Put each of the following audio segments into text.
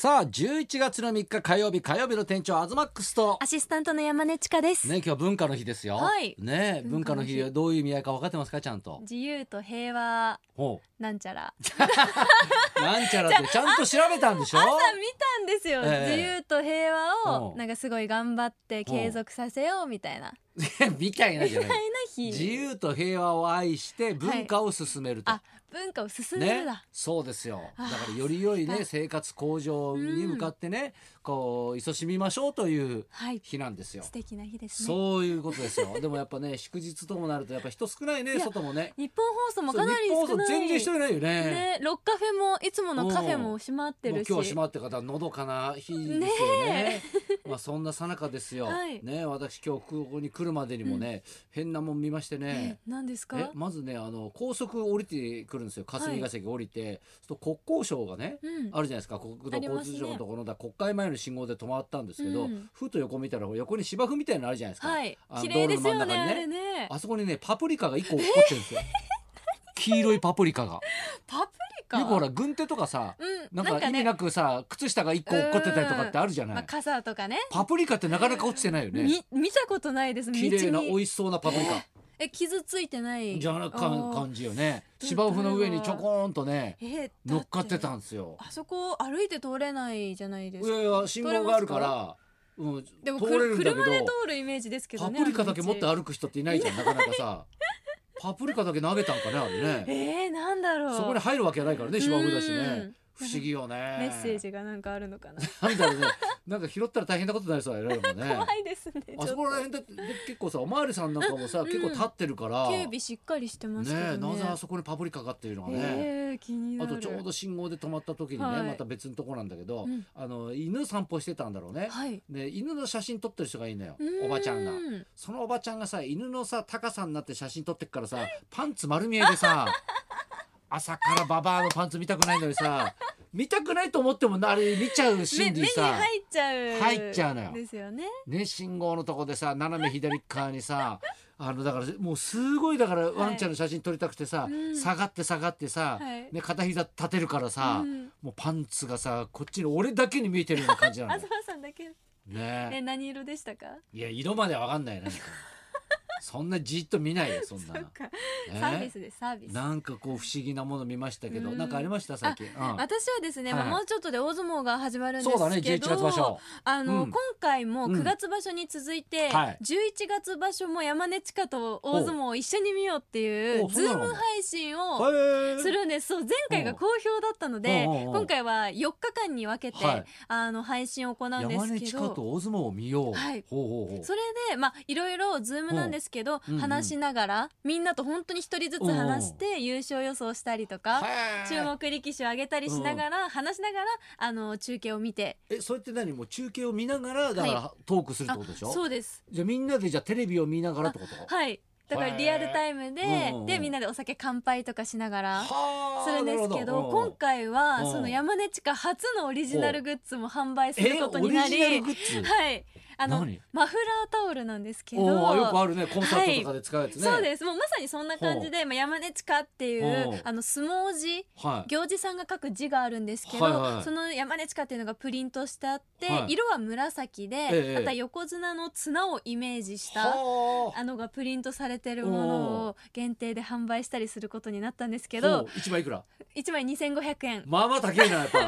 さあ11月の3日火曜日の店長アズマックスとアシスタントの山根千佳です。 ね、今日は文化の日ですよ。 はいね、文化の日どういう意味合いか分かってますか、ちゃんと。 自由と平和ほなんちゃら。 うなんちゃらってちゃんと調べたんでしょ。 朝見たんですよ、 ええ自由と平和うんをなんかすごい頑張って継続させようみたいなみたいなじゃない。 日。 自由と平和を愛して文化を進めると、 あ、文化を進めるだ、 ね、そうですよ。だあーからより良いねそう生活向上に向かってね、こう勤しみましょうというはい、 日なんですよ。 素敵な日ですね。 そういうことですよ。でもやっぱね祝日ともなるとやっぱ人少ないね、 いや外もね。 日本放送もかなりそう日本放送少ない。 全然人いないよね。 ね、ロッカフェもいつものカフェも閉まってもうるし、 今日は閉まって方のどかな日ですよね。まあそんな最中ですよ。 はいね、私今日ここに来るまでにもね、変なもん見ましてね。 何ですか？ まずね高速降りてくるんですよ。霞ヶ関降りて、そうすると国交省がね、 うんあるじゃないですか。国土交通省のところだ、国会前の信号で止まったんですけど、ふと横見たら横に芝生みたいなのあるじゃないですか。 はい、 あの綺麗ですよね道路の真ん中にあれね。 あそこにねパプリカが1個落っこってるんですよ。黄色いパプリカが。 パプリカ？ よくほら軍手とかさ、なんか意味なくさ靴下が1個落っこってたりとかってあるじゃない。 傘とかね。 パプリカってなかなか落ちてないよね。 見たことないです。 綺麗な道に美味しそうなパプリカ傷ついてないじゃな感じよね。 ど芝生の上にちょこーんとね乗っかってたん。 んですよ。 あそこ歩いて通れないじゃないですか。 いやいや信号があるからでも通れるんだけど、 車で通るイメージですけどね。 パプリカだけ持ってあ歩く人っていないじゃんなかなかさ。パプリカだけ投げたんかねあれね。 なんだろう。 そこに入るわけないからね、芝生だしうねん。 不思議よね。 メッセージがなんかあるのかな。 なんだろうね。なんか拾ったら大変なことになりそうだよね。 怖いですね。 あそこら辺だって結構さおまわりさんなんかもさ、結構立ってるから警備しっかりしてますけどね。 なぜあそこにパプリカかっていうのがね、 気になる。 あとちょうど信号で止まった時にね、 はいまた別のとこなんだけど、犬散歩してたんだろうね、 はい。 で犬の写真撮ってる人がいいのよ、おばちゃんが。そのおばちゃんがさ犬のさ高さになって写真撮ってっからさ、パンツ丸見えでさ朝からババアのパンツ見たくないのにさ見たくないと思ってもあれ見ちゃう心目に理さ入っちゃう。 入っちゃうのよですよね。 ね、信号のとこでさ斜め左側にさだからもうすごいだからワンちゃんの写真撮りたくてさ、下がってさ、 はいね、片膝立てるからさ、もうパンツがさこっちに俺だけに見えてるような感じなのよ東さんだけ。 ね。 何色でしたか？ いや色までわかんないなんかそんなじっと見ないよそんな。 そっか。サービスですサービス。 なんかこう不思議なもの見ましたけど、なんかありました最近。 私はですね、 はいもうちょっとで大相撲が始まるんですけど、 そうだね11月場所。 今回も9月場所に続いて、 はい 11月場所も山根千佳と大相撲を一緒に見ようっていうズーム配信をするんです。そう、前回が好評だったので、今回は4日間に分けて、配信を行うんですけど、 山根千佳と大相撲を見よう。 はい。 ほうほうほう。 それでいろいろズームなんですけど、話しながらみんなと本当に一人ずつ話して優勝予想したりとか、注目力士を上げたりしながら、話しながら中継を見て。 それって何もう中継を見ながらだからトークするってことでしょ。 そうです。 じゃあみんなでじゃあテレビを見ながらってこと。 はい。だからリアルタイムでみんなでお酒乾杯とかしながらするんですけど、今回はその山根千佳初のオリジナルグッズも販売することになり、 オリジナルグッズ。 はい。マフラータオルなんですけど、よくあるね、コンサートとかで使うやつね。 そうです。もうまさにそんな感じで、山根千佳っていう相撲字、行司さんが書く字があるんですけど、その山根千佳っていうのがプリントしてあって、色は紫で、また横綱の綱をイメージしたのがプリントされてるものを限定で販売したりすることになったんですけど、 1枚いくら ？1枚2500円。 まあまあ高いなやっぱ。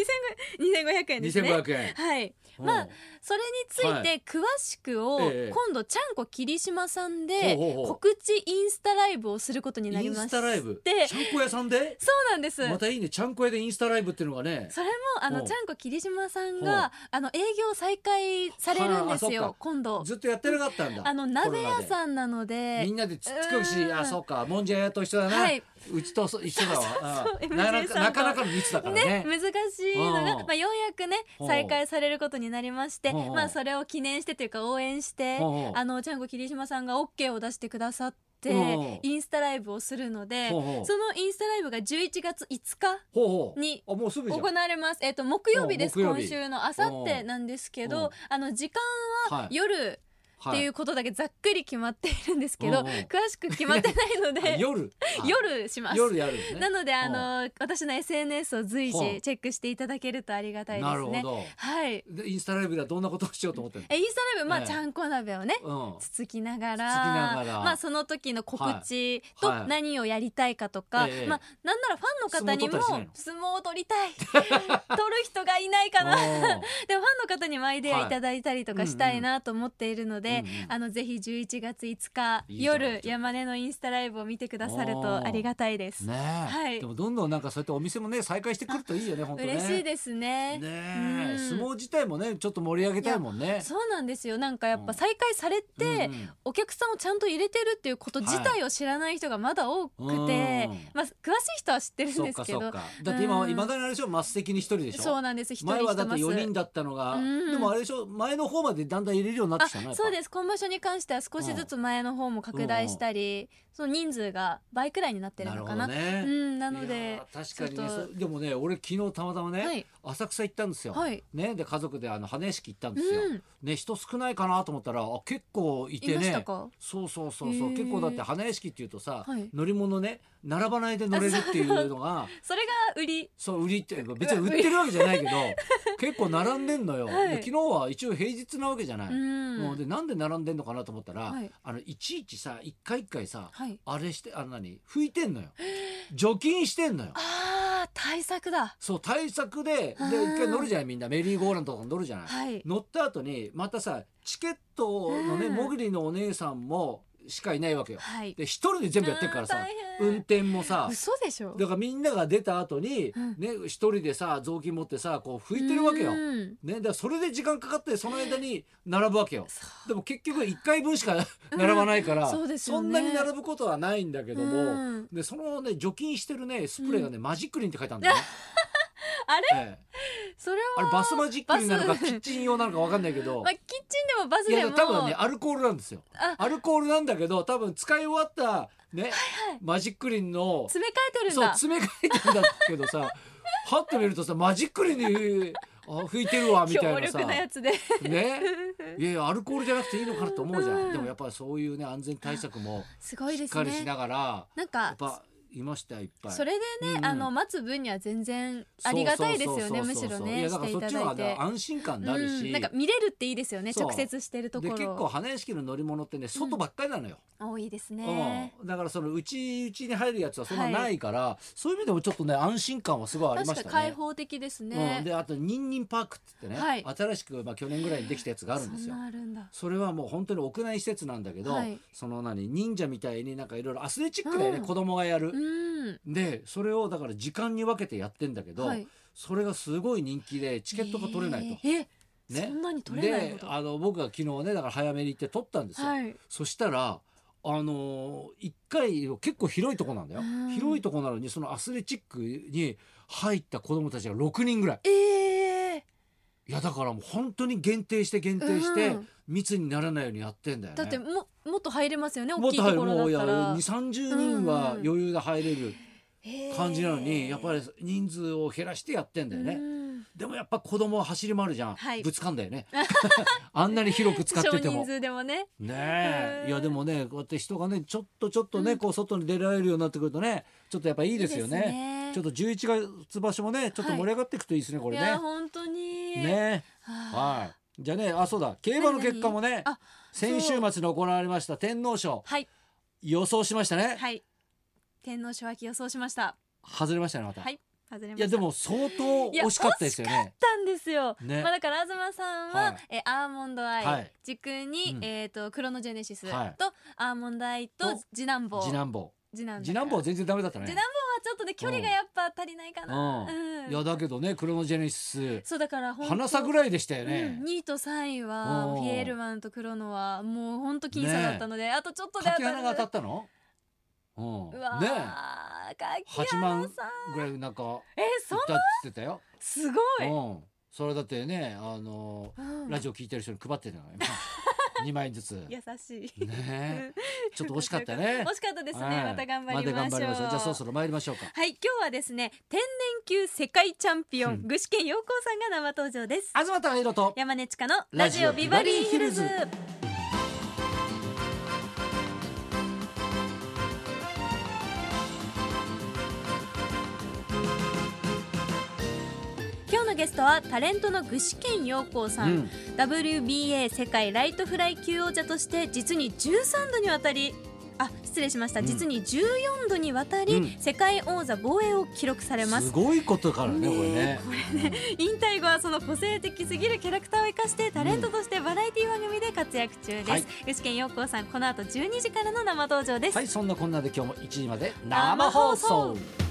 2500円ですね。 2500円。 はい。それについて詳しくを今度ちゃんこ霧島さんで告知インスタライブをすることになりまして、 インスタライブちゃんこ屋さんで。 そうなんです。 またいいね、ちゃんこ屋でインスタライブっていうのがね。 それもちゃんこ霧島さんが営業再開されるんですよ今度。 ずっとやってなかったんだ。 鍋屋さんなのでみんなでつっつくし、そうか、もんじゃ屋と一緒だな。うちと一緒だわ。なかなかの密だからね。 難しいのがようやくね再開されることになりまして、それを記念してというか応援してちゃんこ霧島さんが OK を出してくださってインスタライブをするので、そのインスタライブが11月5日に行われます。木曜日です。今週のあさってなんですけど、時間は夜っていうことだけざっくり決まっているんですけど、詳しく決まってないので夜します。 夜やるんですね。 なので私の SNS を随時チェックしていただけるとありがたいですね。 なるほど。 はい。 でインスタライブではどんなことをしようと思ってるの？ インスタライブちゃんこ鍋をね、つつきながらその時の告知と何をやりたいかとか、なんならファンの方にも相撲を取りたい取る人がいないかなでもファンの方にもアイデアいただいたりとかしたいなと思っているので、ぜひ11月5日夜山根のインスタライブを見てくださるとありがたいですね。はい。 でもどんどんなんかそうやってお店もね再開してくるといいよね。本当ね。 嬉しいですね。 相撲自体もねちょっと盛り上げたいもんね。 そうなんですよ。なんかやっぱ再開されてお客さんをちゃんと入れてるっていうこと自体を知らない人がまだ多くて、詳しい人は知ってるんですけど、 だって今だにあれでしょ、末席に1人でしょ。 そうなんです。1人前はだって4人だったのが、でもあれでしょ、前の方までだんだん入れるようになってきたね。 そうです。今場所に関しては少しずつ前の方も拡大したり、その人数が倍くらいになってるのかな。なので確かにね。でもね、俺昨日たまたまね浅草行ったんですよ。ね、で家族で羽屋敷行ったんですよ。ね、人少ないかなと思ったら結構いてね。そう結構だって羽屋敷っていうとさ、乗り物ね並ばないで乗れるっていうのがそれが売り。 そう売りって別に売ってるわけじゃないけど結構並んでんのよ。昨日は一応平日なわけじゃない。でなんで並んでんのかなと思ったら、いちいちさ一回一回さ、あれして拭いてんのよ。除菌してんのよ。 対策だ。 そう対策で一回乗るじゃない、みんなメリーゴーランドとか乗るじゃない。乗った後にまたさチケットのねもぐりのお姉さんもしかいないわけよ。で一人で全部やってるからさ、運転もさ。 嘘でしょ。 だからみんなが出た後にね一人でさ雑巾持ってさこう拭いてるわけよ。ね、だからそれで時間かかってその間に並ぶわけよ。でも結局1回分しか並ばないからそんなに並ぶことはないんだけども、でそのね除菌してるねスプレーがねマジックリンって書いてあるんだよね。 あれ、それはあれバスマジックリンなのかキッチン用なのか分かんないけど、 キッチンでもバスでも多分ねアルコールなんですよ。アルコールなんだけど多分使い終わったねマジックリンの詰め替えてるんだ。 詰め替えてるんだけどさはってみるとさマジックリンに拭いてるわみたいなさ、 強力なやつでね、いやアルコールじゃなくていいのかなと思うじゃん。でもやっぱりそういうね安全対策もしっかりしながら、なんかやっぱいましたいっぱい。 それでね、待つ分には全然ありがたいですよね。むしろね、 いやだからそっちの方が安心感になるし、 なんか見れるっていいですよね。直接してるところで結構羽屋敷の乗り物ってね外ばっかりなのよ。 多いですね。 だからその内に入るやつはそんなないから、そういう意味でもちょっとね安心感はすごいありましたね。 確か開放的ですね。 であとニンニンパークってね、新しく去年ぐらいにできたやつがあるんですよ。それはもう本当に屋内施設なんだけど、その忍者みたいになんかいろいろアスレチックでね子供がやる。でそれをだから時間に分けてやってんだけど、それがすごい人気でチケットが取れないと。 そんなに取れないで僕が昨日ねだから早めに行って取ったんですよ。そしたら1回結構広いとこなんだよ。広いとこなのにそのアスレチックに入った子供たちが6人ぐらい。いやだからもう本当に限定して密にならないようにやってんだよね。 だってもっと入れますよね。大きいところだったら 20-30人は余裕で入れる感じなのに、やっぱり人数を減らしてやってんだよね。でもやっぱ子供は走り回るじゃん、ぶつかんだよねあんなに広く使ってても少人数でもね。 いやでもねこうやって人がねちょっとねこう外に出られるようになってくるとねちょっとやっぱいいですよね。ちょっと11月場所もねちょっと盛り上がっていくといいですね、これね。 いや本当にね。じゃあねそうだ競馬の結果もね先週末に行われました天皇賞、予想しましたね。 天皇賞秋予想しました。 外れましたねまた。 外れました。 いやでも相当惜しかったですよね。 惜しかったんですよ。だから東さんはアーモンドアイ、軸にクロノジェネシスとアーモンドアイと次男坊は全然ダメだったね。 次男坊はちょっとね距離がやっぱ足りないかな。 いやだけどねクロノジェネシスそうだから花差ぐらいでしたよね。 2位と3位はフィエールマンとクロノはもう本当僅差だったので、あとちょっとで柿花が当たったの。 うわ 8万ぐらいなんかそんなっつってたよ。 すごい。 それだってねラジオ聞いてる人に配ってたのよ2枚ずつ。 優しいね。ちょっと惜しかったね。 惜しかったですね。また頑張りましょう。 じゃあそろそろ参りましょうか。 はい、今日はですね天然級世界チャンピオン具志堅用高さんが生登場です。 東貴博と山根千佳のラジオビバリーヒルズ。 のゲストはタレントの具志堅用高さん、WBA 世界ライトフライ級王者として実に13度にわたり失礼しました、実に14度にわたり世界王座防衛を記録されます。 すごいことからね、 これね、引退後はその個性的すぎるキャラクターを生かしてタレントとしてバラエティ番組で活躍中です。具志堅用高さん、この後12時からの生登場です。 はい、そんなこんなで今日も1時まで生放送。